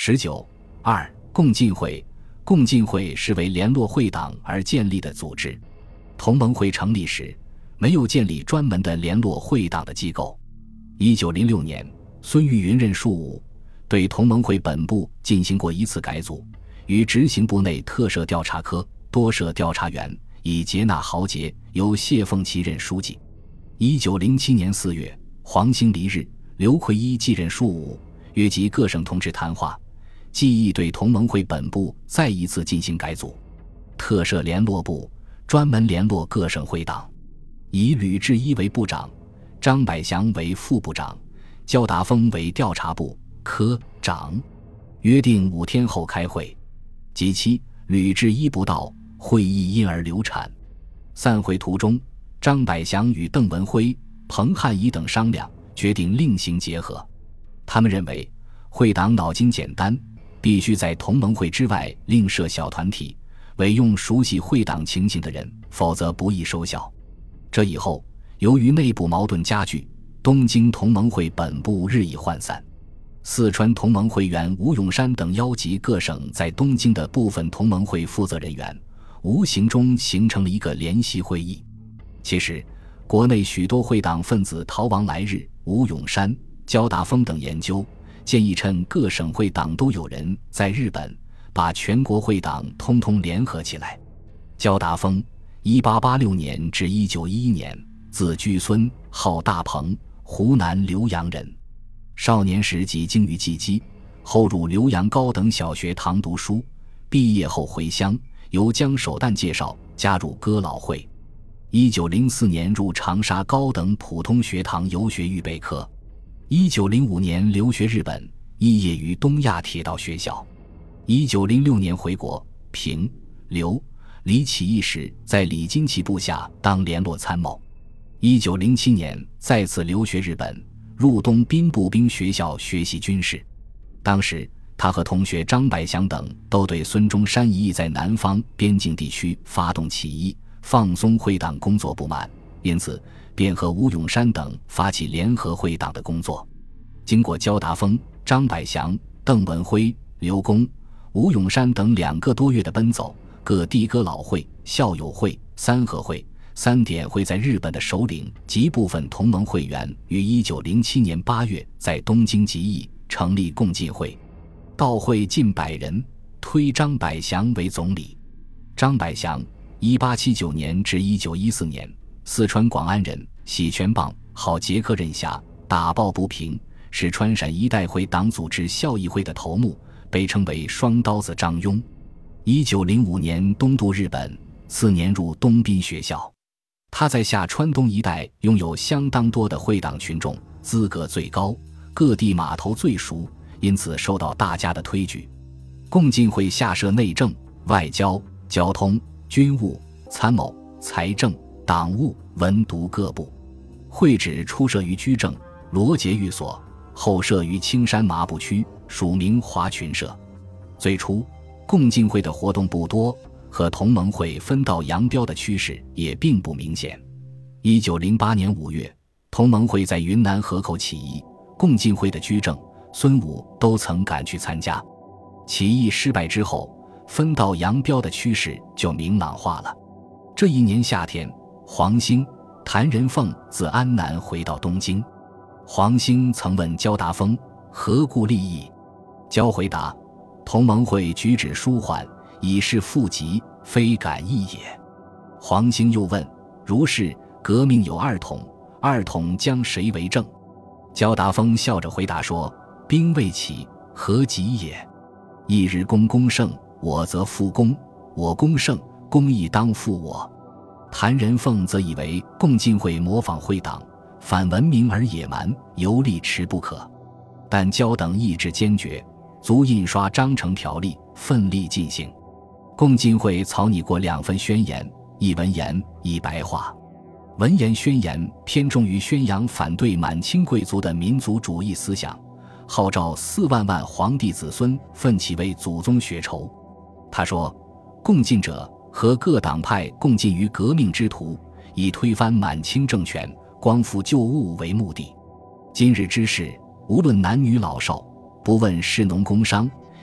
19.2共进会。共进会是为联络会党而建立的组织。同盟会成立时没有建立专门的联络会党的机构。1906年，孙玉云任庶务，对同盟会本部进行过一次改组，于执行部内特设调查科，多设调查员，以接纳豪杰，由谢凤岐任书记。1907年4月，黄兴离日，刘奎一继任庶务，约集各省同志谈话，计议对同盟会本部再一次进行改组，特设联络部，专门联络各省会党，以吕志一为部长，张百祥为副部长，焦达峰为调查部科长。约定5天后开会，即期吕志一不到，会议因而流产。散会途中，张百祥与邓文辉、彭汉仪等商量，决定另行结合。他们认为会党脑筋简单，必须在同盟会之外另设小团体，委用熟悉会党情形的人，否则不易收效。这以后，由于内部矛盾加剧，东京同盟会本部日益涣散。四川同盟会员吴永山等邀集各省在东京的部分同盟会负责人员，无形中形成了一个联席会议。其实国内许多会党分子逃亡来日，吴永山、焦达峰等研究建议，趁各省会党都有人在日本，把全国会党通通联合起来。焦达峰1886年至1911年，字居孙，号大鹏，湖南浏阳人。少年时即精于技击，后入浏阳高等小学堂读书，毕业后回乡，由江守旦介绍加入哥老会。1904年入长沙高等普通学堂游学预备科。1905年留学日本，肄业于东亚铁道学校。1906年回国，平、刘、李起义时在李金奇部下当联络参谋。1907年再次留学日本，入东滨步兵学校学习军事。当时他和同学张百祥等都对孙中山一意在南方边境地区发动起义，放松会党工作不满，因此便和吴永山等发起联合会党的工作。经过焦达峰、张百祥、邓文辉、刘公、吴永山等2个多月的奔走，各地哥老会、校友会、三合会、三点会在日本的首领及部分同盟会员于1907年8月在东京集议，成立共进会。到会近100人，推张百祥为总理。张百祥1879年至1914年，四川广安人，喜拳棒，好捷克任侠，打抱不平，是川陕一带会党组织校议会的头目，被称为双刀子张庸。1905年东渡日本，次年入东滨学校。他在下川东一带拥有相当多的会党群众，资格最高，各地码头最熟，因此受到大家的推举。共进会下设内政、外交、交通、军务、参谋、财政、党务、文牍各部。会址初设于居正罗节寓所，后设于青山麻布区，署名华群社。最初共进会的活动不多，和同盟会分道扬镳的趋势也并不明显。1908年5月，同盟会在云南河口起义，共进会的居正、孙武都曾赶去参加。起义失败之后，分道扬镳的趋势就明朗化了。这一年夏天，黄兴、谭仁凤自安南回到东京。黄兴曾问焦达峰何故立议，焦回答：同盟会举止舒缓，以示富极，非敢议也。黄兴又问：如是，革命有二统，二统将谁为政？焦达峰笑着回答说：兵未起，何急也？一日公功胜，我则复功；我功胜，公亦当复我。谭仁凤则以为共进会模仿会党，反文明而野蛮，尤力持不可。但焦等意志坚决，足印刷章程条例，奋力进行。共进会草拟过2份宣言，一文言，一白话。文言宣言偏重于宣扬反对满清贵族的民族主义思想，号召4万万皇帝子孙奋起为祖宗血仇。他说：共进者和各党派共进于革命之途，以推翻满清政权，光复旧物为目的。今日之事，无论男女老少，不问士农工商，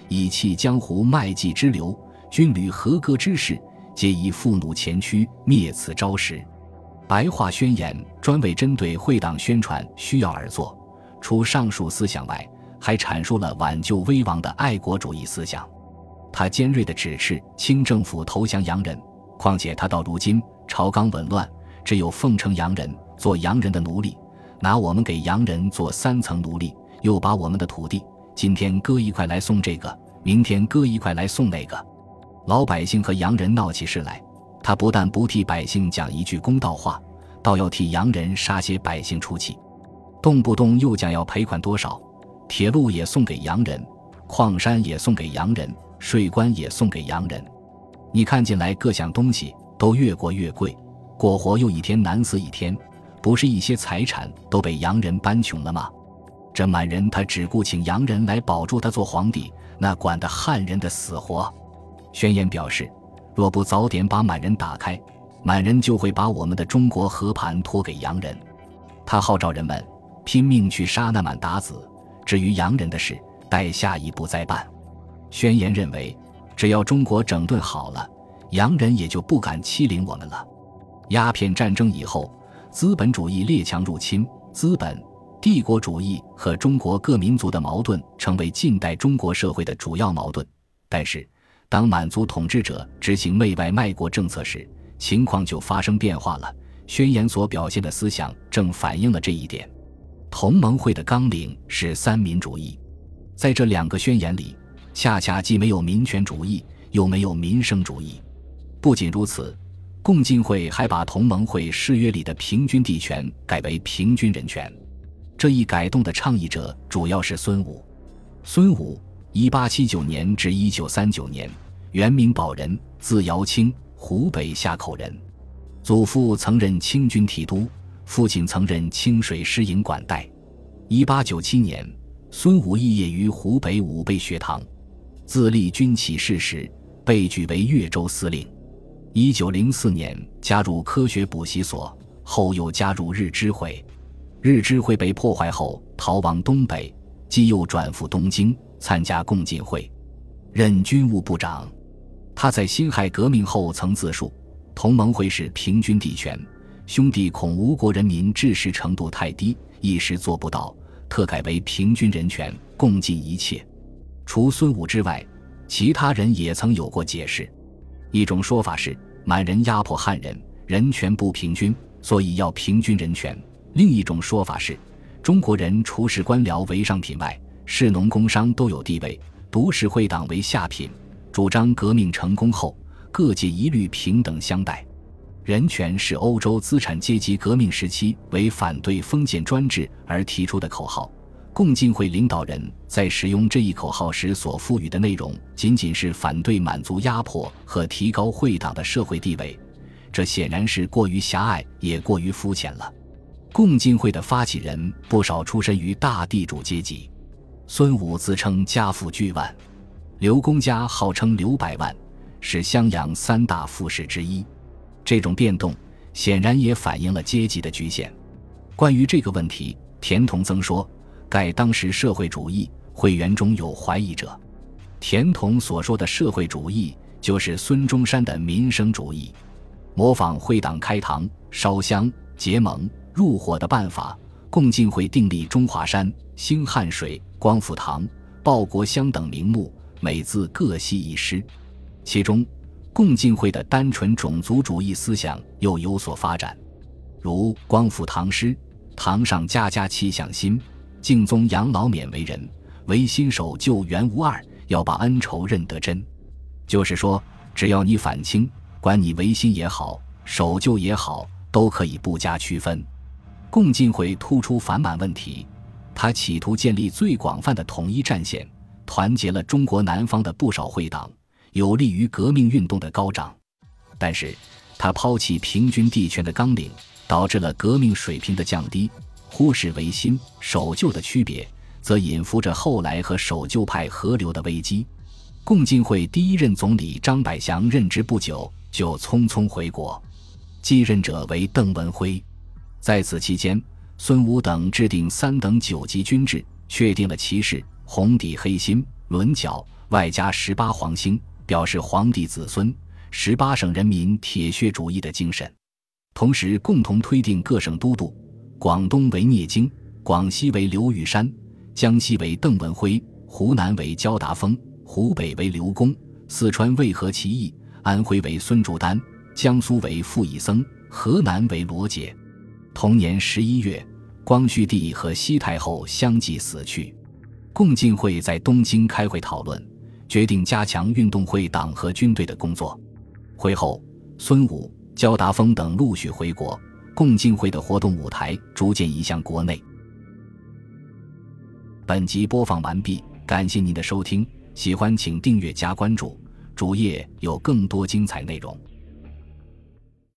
以弃江湖卖技之流，军旅合歌之士，皆以负弩前驱，灭此招时。白话宣言专为针对会党宣传需要而作，除上述思想外，还阐述了挽救危亡的爱国主义思想。他尖锐地指斥清政府投降洋人，况且他到如今朝纲紊乱，只有奉承洋人，做洋人的奴隶，拿我们给洋人做3层奴隶，又把我们的土地今天割一块来送这个，明天割一块来送那个。老百姓和洋人闹起事来，他不但不替百姓讲一句公道话，倒要替洋人杀些百姓出气，动不动又讲要赔款多少，铁路也送给洋人，矿山也送给洋人，税关也送给洋人。你看进来各项东西都越过越贵，过活又一天难死一天，不是一些财产都被洋人搬穷了吗？这满人他只顾请洋人来保住他做皇帝，那管得汉人的死活。宣言表示，若不早点把满人打开，满人就会把我们的中国和盘托给洋人。他号召人们拼命去杀那满鞑子，至于洋人的事，待下一步再办。宣言认为，只要中国整顿好了，洋人也就不敢欺凌我们了。鸦片战争以后，资本主义列强入侵，资本、帝国主义和中国各民族的矛盾成为近代中国社会的主要矛盾。但是，当满族统治者执行媚外卖国政策时，情况就发生变化了。宣言所表现的思想正反映了这一点。同盟会的纲领是三民主义，在这2个宣言里，恰恰既没有民权主义，又没有民生主义。不仅如此，共进会还把同盟会誓约里的平均地权改为平均人权。这一改动的倡议者主要是孙武。孙武1879年至1939年，原名宝仁，字尧清，湖北夏口人。祖父曾任清军提督，父亲曾任清水师营管带。1897年，孙武肄业于湖北武备学堂，自立军起事时，被举为越州司令。1904年加入科学补习所，后又加入日知会。日知会被破坏后，逃亡东北，即又转赴东京，参加共进会，任军务部长。他在辛亥革命后曾自述，同盟会是平均地权，兄弟恐吴国人民知识程度太低，一时做不到，特改为平均人权，共尽一切。除孙武之外，其他人也曾有过解释。一种说法是满人压迫汉人，人权不平均，所以要平均人权。另一种说法是中国人除视官僚为上品外，士农工商都有地位，独视会党为下品，主张革命成功后各界一律平等相待。人权是欧洲资产阶级革命时期为反对封建专制而提出的口号。共进会领导人在使用这一口号时所赋予的内容仅仅是反对满族压迫和提高会党的社会地位，这显然是过于狭隘也过于肤浅了。共进会的发起人不少出身于大地主阶级，孙武自称家富巨万，刘公家号称刘百万，是襄阳3大富士之一。这种变动显然也反映了阶级的局限。关于这个问题，田同曾说，盖当时社会主义会员中有怀疑者。田同所说的社会主义就是孙中山的民生主义，模仿会党开堂、烧香、结盟、入伙的办法，共进会订立中华山、兴汉水、光复堂、报国乡等名目，每字各系一诗。其中共进会的单纯种族主义思想又有所发展，如光复堂诗，堂上家家气象新，敬宗养老免为人，唯心守旧原无二，要把恩仇认得真。就是说，只要你反清，管你维新也好，守旧也好，都可以不加区分。共进会突出反满问题，他企图建立最广泛的统一战线，团结了中国南方的不少会党，有利于革命运动的高涨。但是他抛弃平均地权的纲领，导致了革命水平的降低，忽视维新、守旧的区别，则引伏着后来和守旧派合流的危机。共进会第一任总理张百祥任职不久就匆匆回国，继任者为邓文辉。在此期间，孙武等制定3等9级军制，确定了旗帜、红底黑心、轮角、 外加18黄星，表示皇帝子孙、18省人民铁血主义的精神。同时共同推定各省都督，广东为聂经，广西为刘玉山，江西为邓文辉，湖南为焦达峰，湖北为刘公，四川为何其义，安徽为孙祝丹，江苏为傅以僧，河南为罗杰。同年11月，光绪帝和西太后相继死去。共进会在东京开会讨论，决定加强运动会党和军队的工作。会后，孙武、焦达峰等陆续回国，共进会的活动舞台逐渐移向国内。本集播放完毕，感谢您的收听，喜欢请订阅加关注，主页有更多精彩内容。